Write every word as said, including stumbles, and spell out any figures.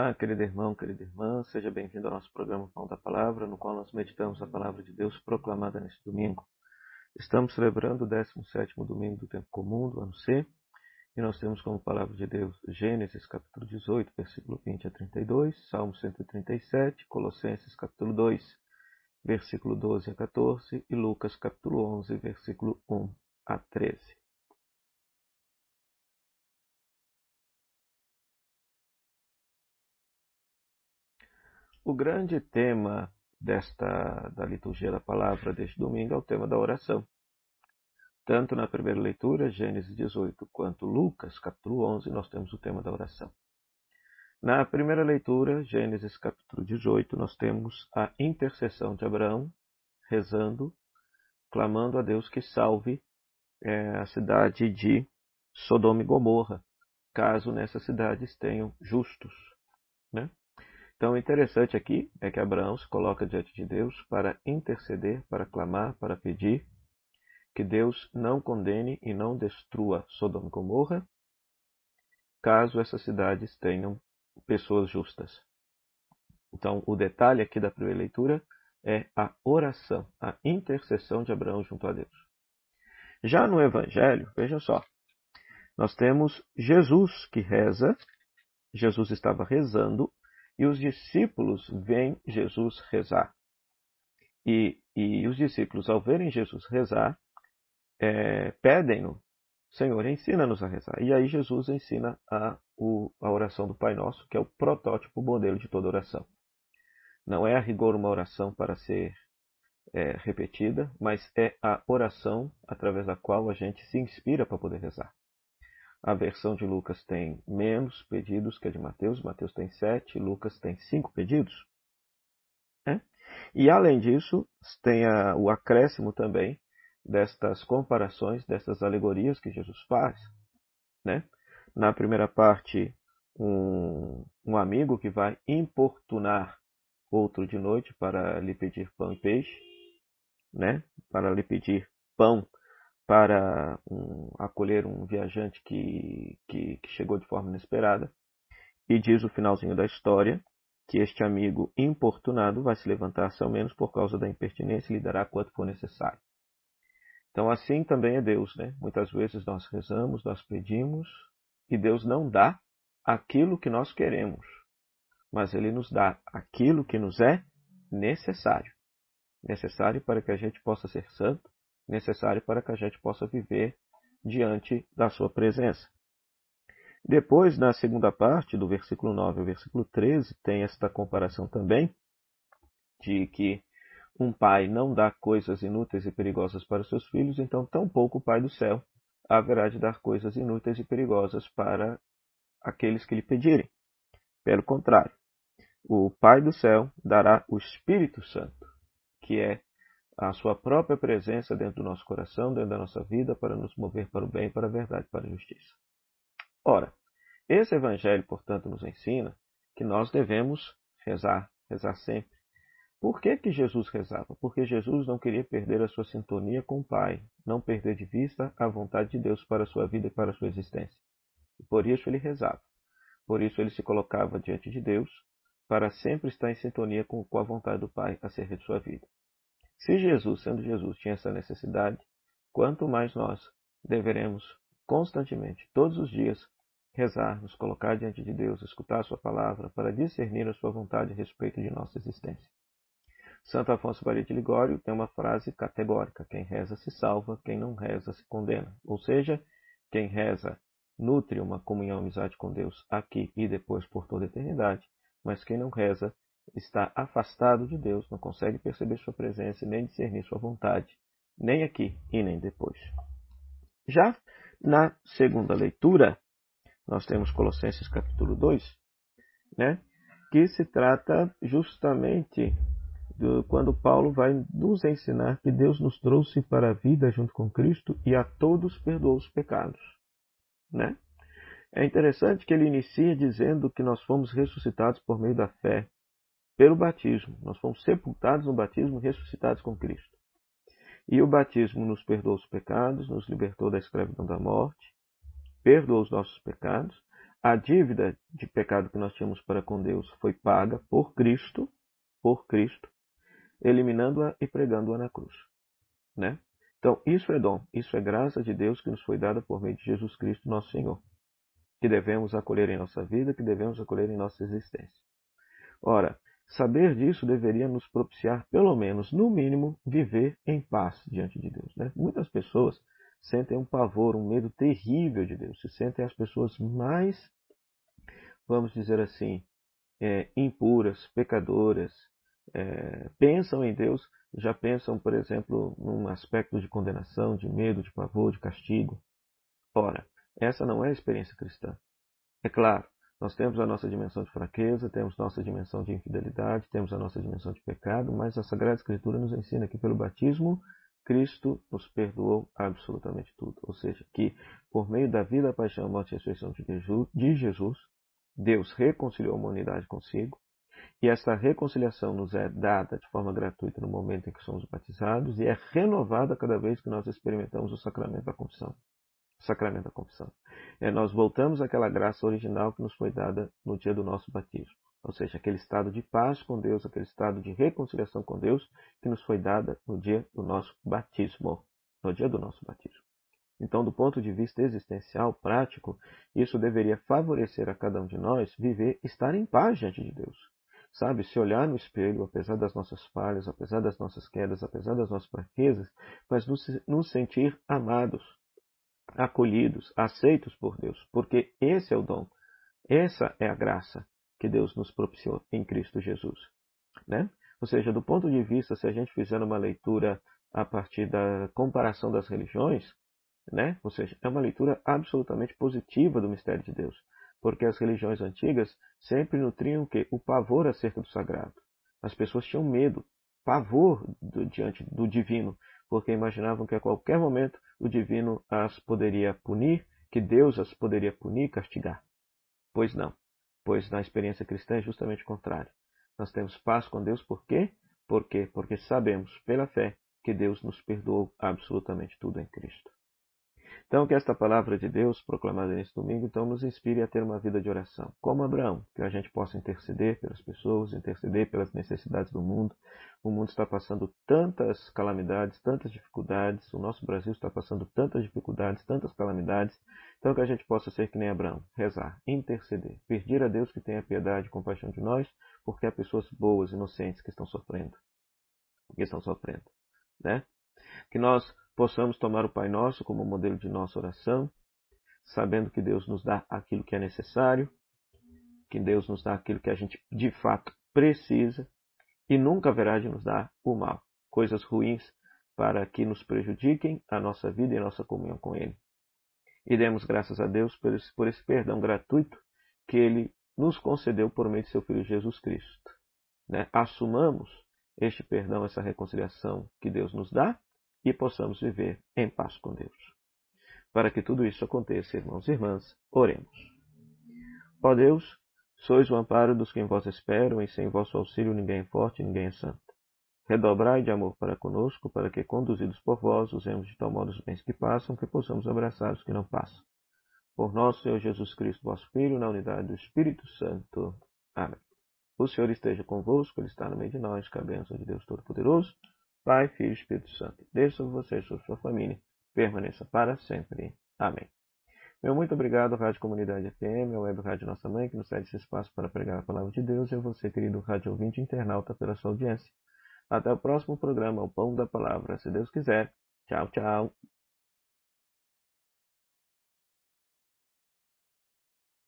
Olá, querido irmão, querida irmã, seja bem-vindo ao nosso programa Pão da Palavra, no qual nós meditamos a Palavra de Deus proclamada neste domingo. Estamos celebrando o décimo sétimo domingo do tempo comum, do ano C, e nós temos como Palavra de Deus Gênesis capítulo dezoito, versículo vinte a trinta e dois, Salmo cento e trinta e sete, Colossenses capítulo dois, versículo doze a quatorze e Lucas capítulo onze, versículo um a treze. O grande tema desta, da liturgia da palavra deste domingo é o tema da oração. Tanto na primeira leitura, Gênesis dezoito, quanto Lucas, capítulo onze, nós temos o tema da oração. Na primeira leitura, Gênesis capítulo dezoito, nós temos a intercessão de Abraão, rezando, clamando a Deus que salve é, a cidade de Sodoma e Gomorra, caso nessas cidades tenham justos, né? Então, o interessante aqui é que Abraão se coloca diante de Deus para interceder, para clamar, para pedir que Deus não condene e não destrua Sodoma e Gomorra, caso essas cidades tenham pessoas justas. Então, o detalhe aqui da primeira leitura é a oração, a intercessão de Abraão junto a Deus. Já no Evangelho, veja só, nós temos Jesus que reza, Jesus estava rezando, e os discípulos veem Jesus rezar. E, e os discípulos, ao verem Jesus rezar, é, pedem-no, Senhor, ensina-nos a rezar. E aí Jesus ensina a, o, a oração do Pai Nosso, que é o protótipo, o modelo de toda oração. Não é a rigor uma oração para ser é, repetida, mas é a oração através da qual a gente se inspira para poder rezar. A versão de Lucas tem menos pedidos que a de Mateus. Mateus tem sete, Lucas tem cinco pedidos. Né? E além disso, tem a, o acréscimo também destas comparações, destas alegorias que Jesus faz. Né? Na primeira parte, um, um amigo que vai importunar outro de noite para lhe pedir pão e peixe, né? Para lhe pedir pão para um, acolher um viajante que, que, que chegou de forma inesperada. E diz o finalzinho da história que este amigo importunado vai se levantar-se ao menos por causa da impertinência e lhe dará quanto for necessário. Então assim também é Deus, né? Muitas vezes nós rezamos, nós pedimos e Deus não dá aquilo que nós queremos, mas Ele nos dá aquilo que nos é necessário. Necessário para que a gente possa ser santo, necessário para que a gente possa viver diante da sua presença. Depois, na segunda parte, do versículo nove ao versículo treze, tem esta comparação também de que um pai não dá coisas inúteis e perigosas para os seus filhos, então tampouco o Pai do céu haverá de dar coisas inúteis e perigosas para aqueles que lhe pedirem. Pelo contrário, o Pai do céu dará o Espírito Santo, que é a sua própria presença dentro do nosso coração, dentro da nossa vida, para nos mover para o bem, para a verdade, para a justiça. Ora, esse evangelho, portanto, nos ensina que nós devemos rezar, rezar sempre. Por que que Jesus rezava? Porque Jesus não queria perder a sua sintonia com o Pai, não perder de vista a vontade de Deus para a sua vida e para a sua existência. E por isso ele rezava. Por isso ele se colocava diante de Deus, para sempre estar em sintonia com, com a vontade do Pai acerca de sua vida. Se Jesus, sendo Jesus, tinha essa necessidade, quanto mais nós deveremos constantemente, todos os dias, rezar, nos colocar diante de Deus, escutar a sua palavra, para discernir a sua vontade a respeito de nossa existência. Santo Afonso Maria de Ligório tem uma frase categórica: quem reza se salva, quem não reza se condena. Ou seja, quem reza nutre uma comunhão e amizade com Deus aqui e depois por toda a eternidade, mas quem não reza está afastado de Deus, não consegue perceber sua presença e nem discernir sua vontade, nem aqui e nem depois. Já na segunda leitura, nós temos Colossenses capítulo dois, né, que se trata justamente de quando Paulo vai nos ensinar que Deus nos trouxe para a vida junto com Cristo e a todos perdoou os pecados. Né? É interessante que ele inicia dizendo que nós fomos ressuscitados por meio da fé, pelo batismo. Nós fomos sepultados no batismo e ressuscitados com Cristo. E o batismo nos perdoou os pecados, nos libertou da escravidão da morte, perdoou os nossos pecados, a dívida de pecado que nós tínhamos para com Deus foi paga por Cristo, por Cristo, eliminando-a e pregando-a na cruz, né? Então, isso é dom, isso é graça de Deus que nos foi dada por meio de Jesus Cristo, nosso Senhor, que devemos acolher em nossa vida, que devemos acolher em nossa existência. Ora, saber disso deveria nos propiciar, pelo menos, no mínimo, viver em paz diante de Deus, né? Muitas pessoas sentem um pavor, um medo terrível de Deus, se sentem as pessoas mais, vamos dizer assim, é, impuras, pecadoras, é, pensam em Deus, já pensam, por exemplo, num aspecto de condenação, de medo, de pavor, de castigo. Ora, essa não é a experiência cristã. É claro, nós temos a nossa dimensão de fraqueza, temos nossa dimensão de infidelidade, temos a nossa dimensão de pecado, mas a Sagrada Escritura nos ensina que pelo batismo, Cristo nos perdoou absolutamente tudo. Ou seja, que por meio da vida, paixão, morte e ressurreição de Jesus, Deus reconciliou a humanidade consigo, e essa reconciliação nos é dada de forma gratuita no momento em que somos batizados e é renovada cada vez que nós experimentamos o sacramento da confissão. O sacramento da confissão. É, nós voltamos àquela graça original que nos foi dada no dia do nosso batismo. Ou seja, aquele estado de paz com Deus, aquele estado de reconciliação com Deus que nos foi dada no dia do nosso batismo. No dia do nosso batismo. Então, do ponto de vista existencial, prático, isso deveria favorecer a cada um de nós viver, estar em paz diante de Deus. Sabe, se olhar no espelho, apesar das nossas falhas, apesar das nossas quedas, apesar das nossas fraquezas, mas nos, nos sentir amados, acolhidos, aceitos por Deus, porque esse é o dom, essa é a graça que Deus nos propiciou em Cristo Jesus, né? Ou seja, do ponto de vista, se a gente fizer uma leitura a partir da comparação das religiões, né? Ou seja, é uma leitura absolutamente positiva do mistério de Deus, porque as religiões antigas sempre nutriam o quê? O pavor acerca do sagrado. As pessoas tinham medo, pavor do, diante do divino, porque imaginavam que a qualquer momento o divino as poderia punir, que Deus as poderia punir, castigar. Pois não, pois na experiência cristã é justamente o contrário. Nós temos paz com Deus por quê? Por quê? Porque sabemos, pela fé, que Deus nos perdoou absolutamente tudo em Cristo. Então, que esta palavra de Deus, proclamada neste domingo, então, nos inspire a ter uma vida de oração. Como Abraão, que a gente possa interceder pelas pessoas, interceder pelas necessidades do mundo. O mundo está passando tantas calamidades, tantas dificuldades. O nosso Brasil está passando tantas dificuldades, tantas calamidades. Então, que a gente possa ser que nem Abraão, rezar, interceder, pedir a Deus que tenha piedade e compaixão de nós, porque há pessoas boas, inocentes, que estão sofrendo. Que estão sofrendo, né? Que nós possamos tomar o Pai Nosso como modelo de nossa oração, sabendo que Deus nos dá aquilo que é necessário, que Deus nos dá aquilo que a gente de fato precisa e nunca haverá de nos dar o mal, coisas ruins para que nos prejudiquem a nossa vida e a nossa comunhão com Ele. E demos graças a Deus por esse, por esse perdão gratuito que Ele nos concedeu por meio de seu Filho Jesus Cristo. Né? Assumamos este perdão, essa reconciliação que Deus nos dá, e possamos viver em paz com Deus. Para que tudo isso aconteça, irmãos e irmãs, oremos. Ó Deus, sois o amparo dos que em vós esperam, e sem vosso auxílio ninguém é forte, ninguém é santo. Redobrai de amor para conosco, para que, conduzidos por vós, usemos de tal modo os bens que passam, que possamos abraçar os que não passam. Por nosso Senhor Jesus Cristo, vosso Filho, na unidade do Espírito Santo. Amém. O Senhor esteja convosco, Ele está no meio de nós, que a bênção de Deus Todo-Poderoso, Pai, Filho e Espírito Santo, desça sobre você e sobre sua família, permaneça para sempre. Amém. Meu muito obrigado, Rádio Comunidade F M, a Web Rádio Nossa Mãe, que nos cede esse espaço para pregar a palavra de Deus, e a você, querido rádio ouvinte internauta, pela sua audiência. Até o próximo programa, O Pão da Palavra, se Deus quiser. Tchau, tchau.